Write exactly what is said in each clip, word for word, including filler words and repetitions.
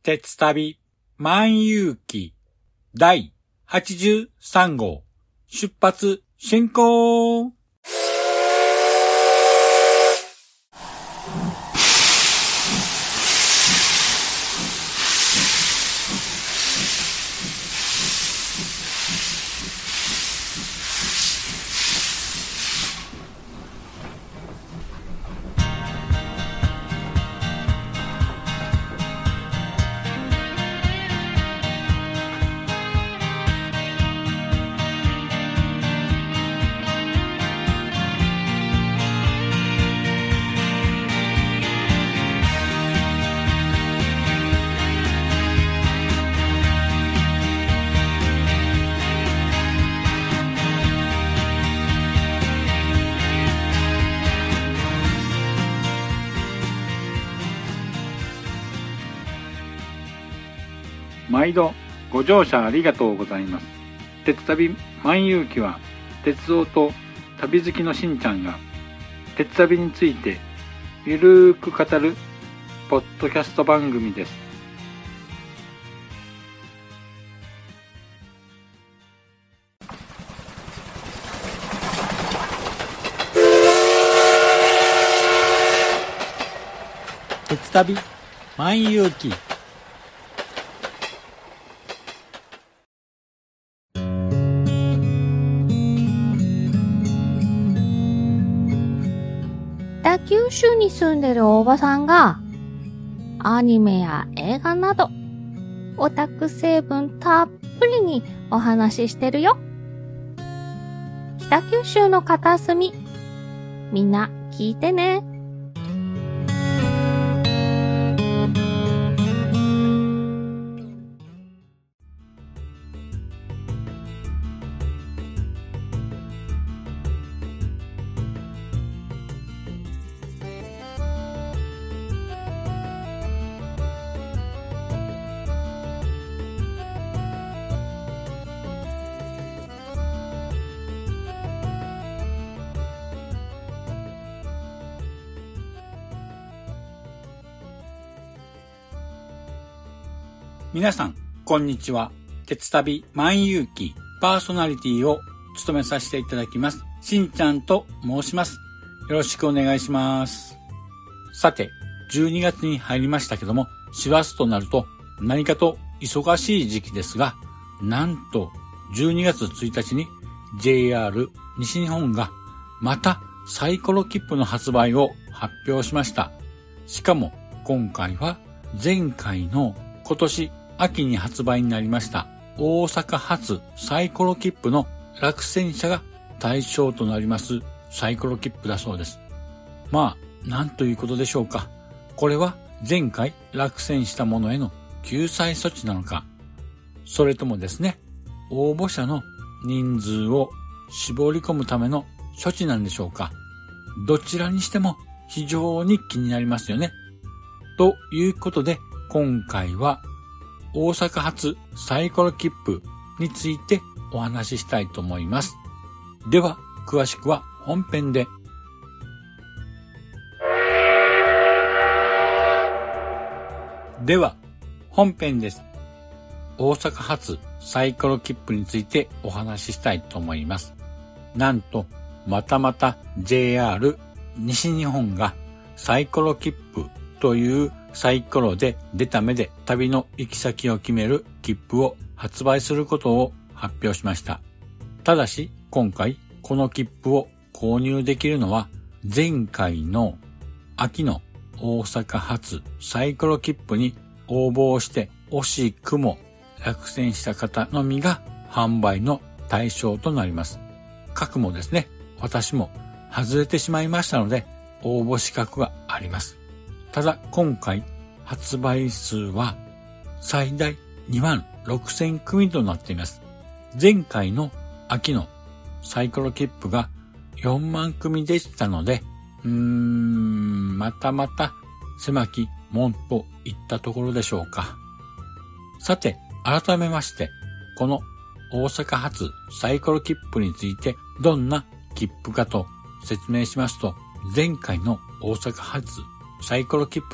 鉄旅万有記第はちじゅうさん号出発進行。 毎度ご乗車ありがとうございます。鉄旅万有記は鉄道と旅好きのしんちゃんが鉄旅についてゆるーく語るポッドキャスト番組です。 鉄旅万有記北九州に住んでるおばさんがアニメや映画などオタク成分たっぷりにお話ししてるよ。北九州の片隅、みんな聞いてね。 皆さんこんにちは。鉄旅万有記パーソナリティを務めさせていただきますしんちゃんと申します。よろしくお願いします。さてじゅうにがつに入りましたけども、師走となると何かと忙しい時期ですが、なんとじゅうにがつついたちに ジェイアール 西日本がまたサイコロ切符の発売を発表しました。しかも今回は前回の今年秋に発売になりました大阪発サイコロ切符の落選者が対象となりますサイコロ切符だそうです。まあなんということでしょうか。これは前回落選したものへの救済措置なのか、それともですね、応募者の人数を絞り込むための処置なんでしょうか。どちらにしても非常に気になりますよね。ということで今回は大阪発サイコロ切符についてお話ししたいと思います。では詳しくは本編で。では本編です。大阪発サイコロ切符についてお話ししたいと思います。なんとまたまた ジェイアール 西日本がサイコロ切符というサイコロで出た目で旅の行き先を決める切符を発売することを発表しました。ただし今回この切符を購入できるのは前回の秋の大阪発サイコロ切符に応募をして惜しくも落選した方のみが販売の対象となります。かくもですね、私も外れてしまいましたので応募資格があります。ただ今回発売数は最大にまんろくせんくみとなっています。前回の秋のサイコロ切符がよんまんくみでしたので、うーん、またまた狭き門といったところでしょうか。さて、改めまして、この大阪発サイコロ切符についてどんな切符かと説明しますと、前回の大阪発サイコロ切符と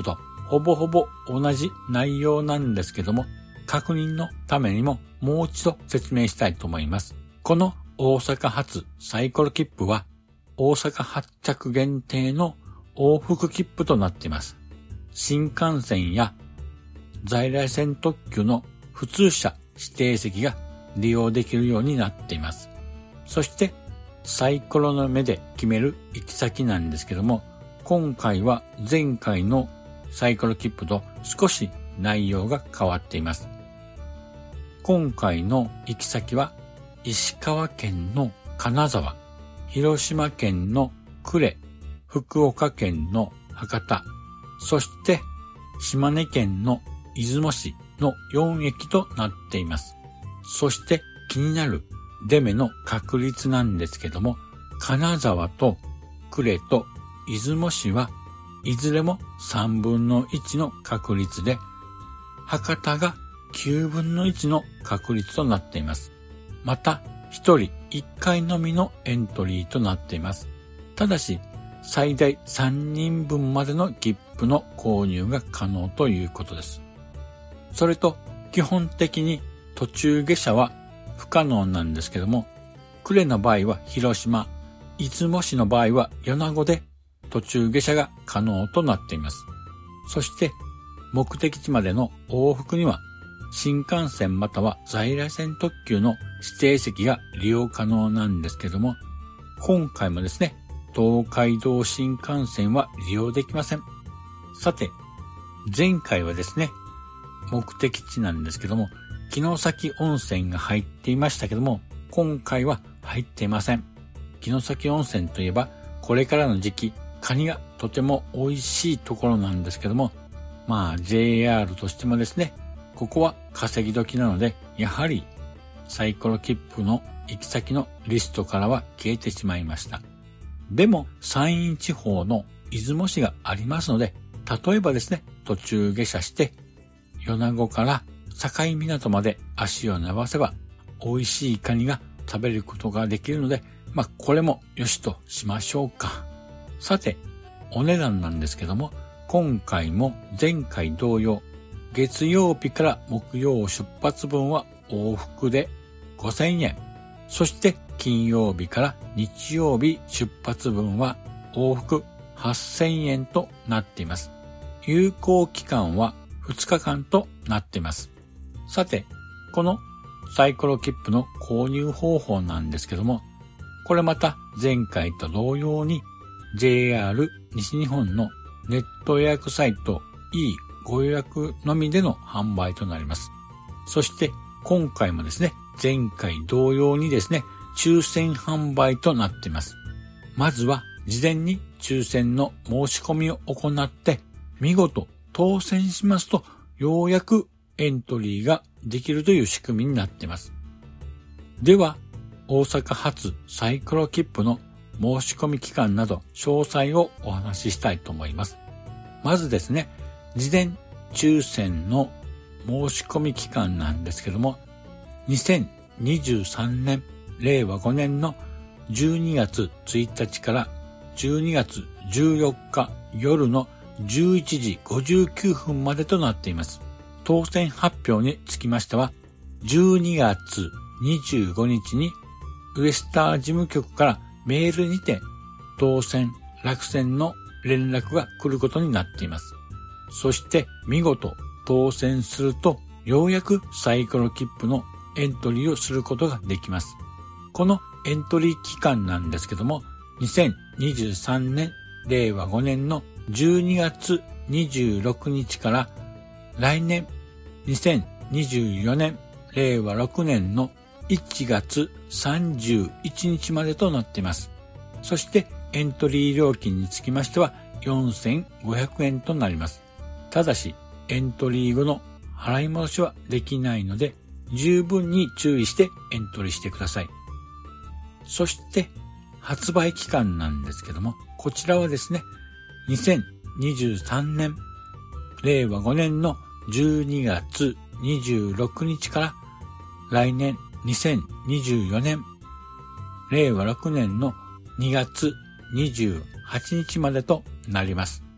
ほぼほぼ同じ内容なんですけども、確認のためにももう一度説明したいと思います。この大阪発サイコロ切符は大阪発着限定の往復切符となっています。新幹線や在来線特急の普通車指定席が利用できるようになっています。そしてサイコロの目で決める行き先なんですけども、今回は前回のサイコロ切符と少し内容が変わっています。今回の行き先は石川県の金沢、広島県の呉、福岡県の博多、そして島根県の出雲市のよん駅となっています。そして気になる出目の確率なんですけども、金沢と呉と出雲市はいずれもさんぶんのいちの確率で、博多がきゅうぶんのいちの確率となっています。またひとりいっかいのみのエントリーとなっています。ただし最大さんにんぶんまでの切符の購入が可能ということです。それと基本的に途中下車は不可能なんですけども、呉の場合は広島、出雲市の場合は米子で途中下車が可能となっています。そして目的地までの往復には新幹線または在来線特急の指定席が利用可能なんですけども、今回もですね、東海道新幹線は利用できません。さて、前回はですね、目的地なんですけども、城崎温泉が入っていましたけども、今回は入っていません。城崎温泉といえば、これからの時期、カニがとても美味しいところなんですけども、まあ ジェイアール としてもですね、ここは稼ぎ時なので、やはりサイコロ切符の行き先のリストからは消えてしまいました。でも山陰地方の出雲市がありますので、例えばですね、途中下車して米子から境港まで足を伸ばせば美味しいカニが食べることができるので、まあこれもよしとしましょうか。さて、お値段なんですけども、今回も前回同様、月曜日から木曜出発分は往復でごせんえん、そして金曜日から日曜日出発分は往復はっせんえんとなっています。有効期間はふつかかんとなっています。さて、このサイコロ切符の購入方法なんですけども、これまた前回と同様に ジェイアール 西日本のネット予約サイト E ご予約のみでの販売となります。そして今回もですね、前回同様にですね、抽選販売となっています。まずは事前に抽選の申し込みを行って、見事当選しますと、ようやくエントリーができるという仕組みになっています。では、大阪発サイコロ切符の申し込み期間など詳細をお話ししたいと思います。まずですね、事前抽選の申し込み期間なんですけども、にせんにじゅうさんねんれいわごねんのじゅうにがつついたちからじゅうにがつじゅうよっか夜のじゅういちじごじゅうきゅうふんまでとなっています。当選発表につきましては、じゅうにがつにじゅうごにちにウエスター事務局からメールにて当選落選の連絡が来ることになっています。そして見事当選すると、ようやくサイコロ切符のエントリーをすることができます。このエントリー期間なんですけども、にせんにじゅうさんねんれいわごねんのじゅうにがつにじゅうろくにちから来年にせんにじゅうよねんれいわろくねんのいちがつさんじゅういちにちまでとなっています。そしてエントリー料金につきましてはよんせんごひゃくえんとなります。ただしエントリー後の払い戻しはできないので、十分に注意してエントリーしてください。そして発売期間なんですけども、こちらはですね、にせんにじゅうさんねんれいわごねんのじゅうにがつにじゅうろくにちから来年にせんにじゅうよねんれいわろくねんのにがつにじゅうはちにちまでとなります。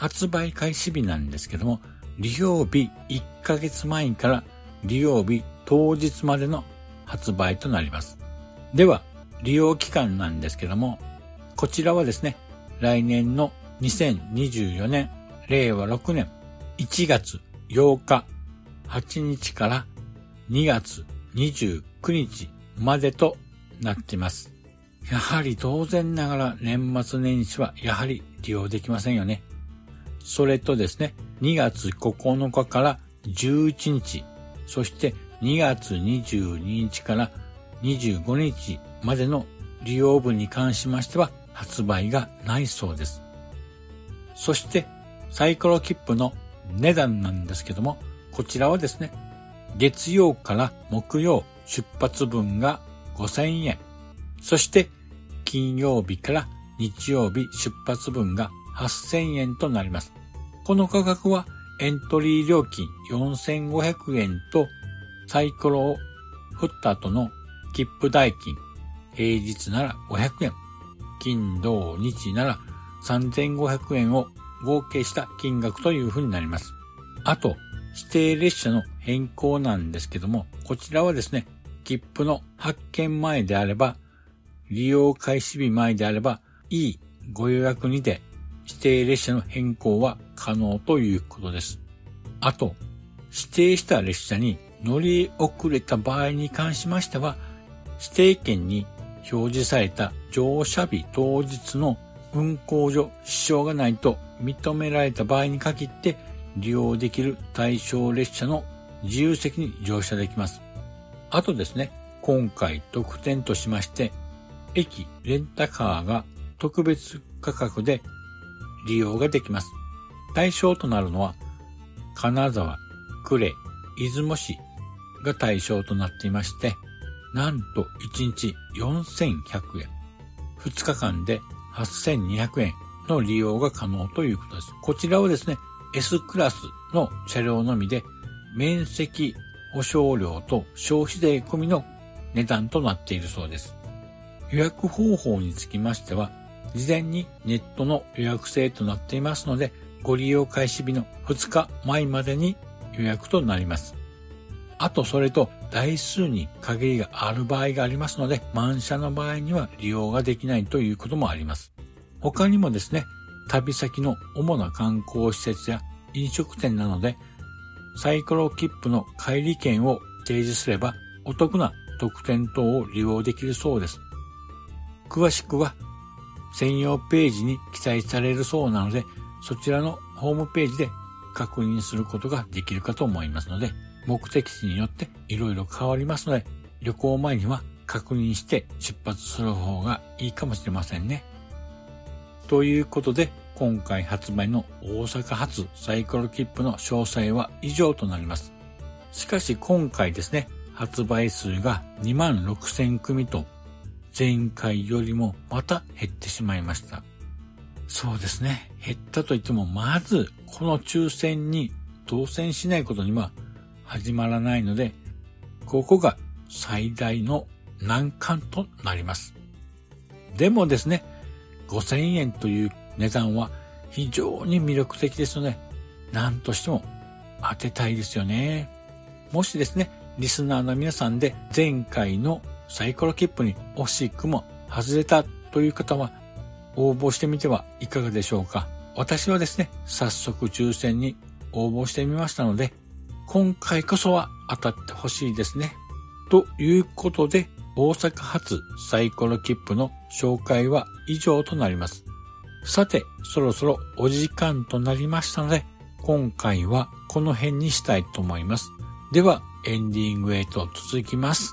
発売開始日なんですけども、利用日いっかげつまえから利用日当日までの発売となります。では、利用期間なんですけども、こちらはですね、来年のにせんにじゅうよねん、れいわろくねんいちがつようか、はちにちからにがつにじゅうくにちまでとなっています。やはり当然ながら年末年始はやはり利用できませんよね。それとですね、にがつここのかからじゅういちにち、そしてにがつにじゅうににちからにじゅうごにちまでの利用分に関しましては発売がないそうです。そしてサイコロ切符の値段なんですけども、こちらはですね、月曜から木曜出発分がごせんえん、そして金曜日から日曜日出発分がはっせんえんとなります。この価格はエントリー料金よんせんごひゃくえんとサイコロを振った後の切符代金、平日ならごひゃくえん、金土日ならさんぜんごひゃくえんを合計した金額というふうになります。あと、指定列車の変更なんですけども、こちらはですね、切符の発券前であれば、利用開始日前であれば、いいご予約にて指定列車の変更は可能ということです。あと、指定した列車に乗り遅れた場合に関しましては、指定券に表示された乗車日当日の運行上支障がないと認められた場合に限って利用できる対象列車の自由席に乗車できます。あとですね、今回特典としまして、駅レンタカーが特別価格で利用ができます。対象となるのは、金沢、呉、出雲市が対象となっていまして、なんといちにちよんせんひゃくえん、ふつかかんではっせんにひゃくえんの利用が可能ということです。こちらはですね、S クラスの車両のみで、面積保証料と消費税込みの値段となっているそうです。予約方法につきましては、事前にネットの予約制となっていますので、ご利用開始日のふつかまえまでに予約となります。あとそれと台数に限りがある場合がありますので、満車の場合には利用ができないということもあります。他にもですね、旅先の主な観光施設や飲食店などで、サイコロ切符の帰り券を提示すればお得な特典等を利用できるそうです。詳しくは専用ページに記載されるそうなので、そちらのホームページで確認することができるかと思いますので、目的地によっていろいろ変わりますので、旅行前には確認して出発する方がいいかもしれませんね。ということで、今回発売の大阪発サイコロ切符の詳細は以上となります。しかし今回ですね、発売数がにまんろくせんくみと前回よりもまた減ってしまいました。そうですね、減ったといってもまずこの抽選に当選しないことには始まらないので、ここが最大の難関となります。でもですね、ごせんえんという値段は非常に魅力的ですので、何としても当てたいですよね。もしですね、リスナーの皆さんで前回のサイコロ切符に惜しくも外れたという方は応募してみてはいかがでしょうか。私はですね、早速抽選に応募してみましたので、今回こそは当たってほしいですね。ということで、大阪発サイコロ切符の紹介は以上となります。さて、そろそろお時間となりましたので、今回はこの辺にしたいと思います。では、エンディングへと続きます。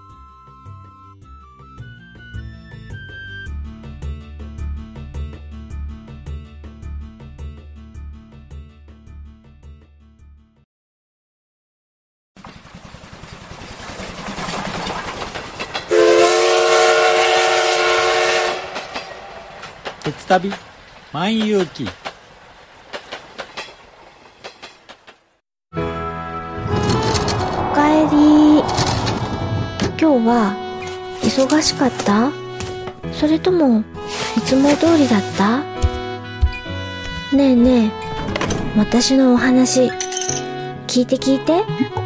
鉄旅万有記。 おかえり。今日は忙しかった？それともいつも通りだった？ ねえねえ、私のお話聞いて聞いて。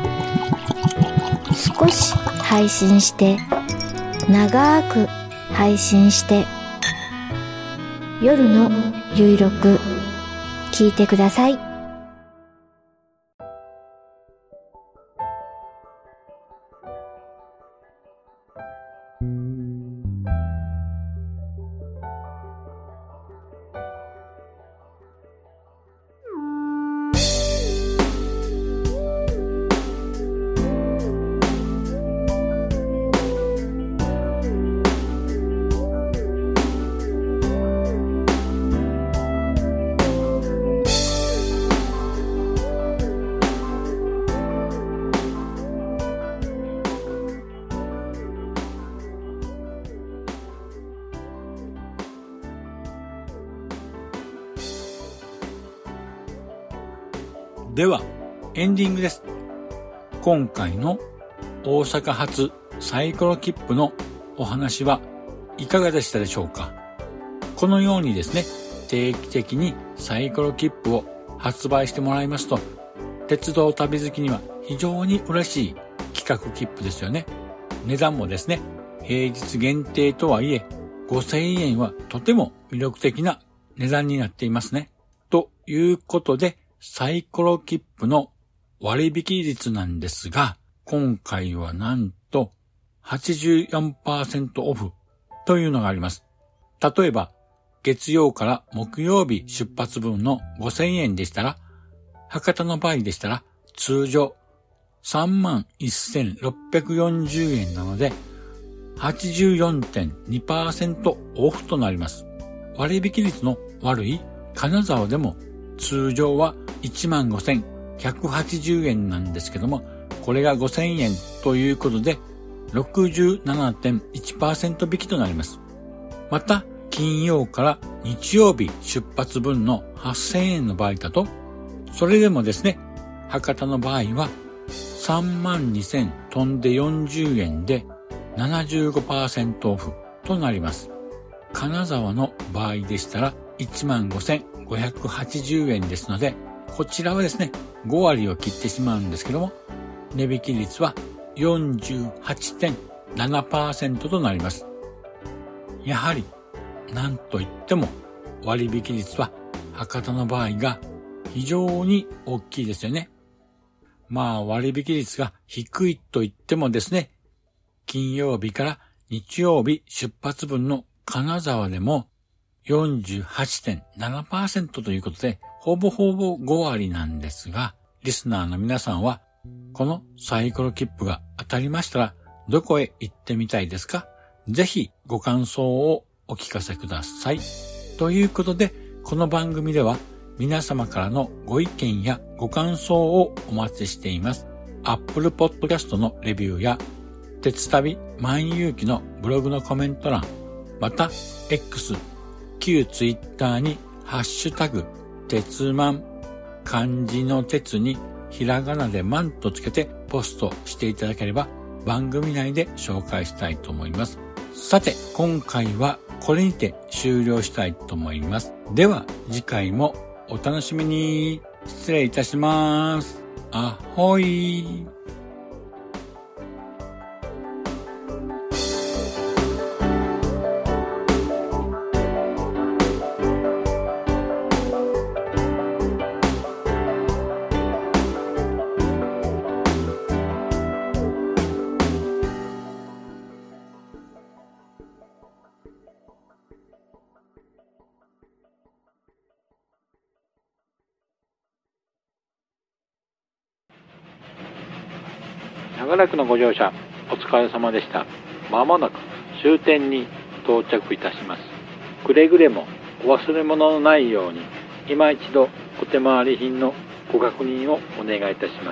少し配信して、長く配信して、夜のゆいろく聞いてください。 では、エンディングです。今回の大阪発サイコロ切符のお話はいかがでしたでしょうか。このようにですね、定期的にサイコロ切符を発売してもらいますと、鉄道旅好きには非常に嬉しい企画切符ですよね。値段もですね、平日限定とはいえごせんえんはとても魅力的な値段になっていますね。ということで、サイコロ切符の割引率なんですが、今回はなんと はちじゅうよんパーセント オフというのがあります。例えば、月曜から木曜日出発分のごせんえんでしたら、博多の場合でしたら通常 さんまんせんろっぴゃくよんじゅうえんなので はちじゅうよんてんにパーセント オフとなります。割引率の悪い金沢でも通常はいちまんごせんひゃくはちじゅうえんなんですけども、これがごせんえんということで ろくじゅうななてんいちパーセント 引きとなります。また、金曜から日曜日出発分のはっせんえんの場合だと、それでもですね、博多の場合はさんまんにせん飛んでよんじゅうえんで ななじゅうごパーセント オフとなります。金沢の場合でしたらいちまんごせんごひゃくはちじゅうえんですので、こちらはですね、ごわりを切ってしまうんですけども、値引き率は よんじゅうはちてんななパーセント となります。やはり、なんといっても割引率は博多の場合が非常に大きいですよね。まあ割引率が低いと言ってもですね、金曜日から日曜日出発分の金沢でも よんじゅうはちてんななパーセント ということで、ほぼほぼごわりなんですが、リスナーの皆さんは、このサイコロ切符が当たりましたら、どこへ行ってみたいですか？ぜひご感想をお聞かせください。ということで、この番組では皆様からのご意見やご感想をお待ちしています。Apple Podcast のレビューや、鉄旅万有記のブログのコメント欄、また X、旧 Twitter にハッシュタグ、鉄マン、漢字の鉄にひらがなでマンとつけてポストしていただければ番組内で紹介したいと思います。さて、今回はこれにて終了したいと思います。では次回もお楽しみに。失礼いたします。あほい。 長らくのご乗車お疲れ様でした。まもなく終点に到着いたします。くれぐれもお忘れ物のないように今一度お手回り品のご確認をお願いいたします。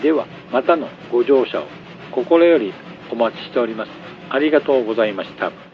ではまたのご乗車を心よりお待ちしております。ありがとうございました。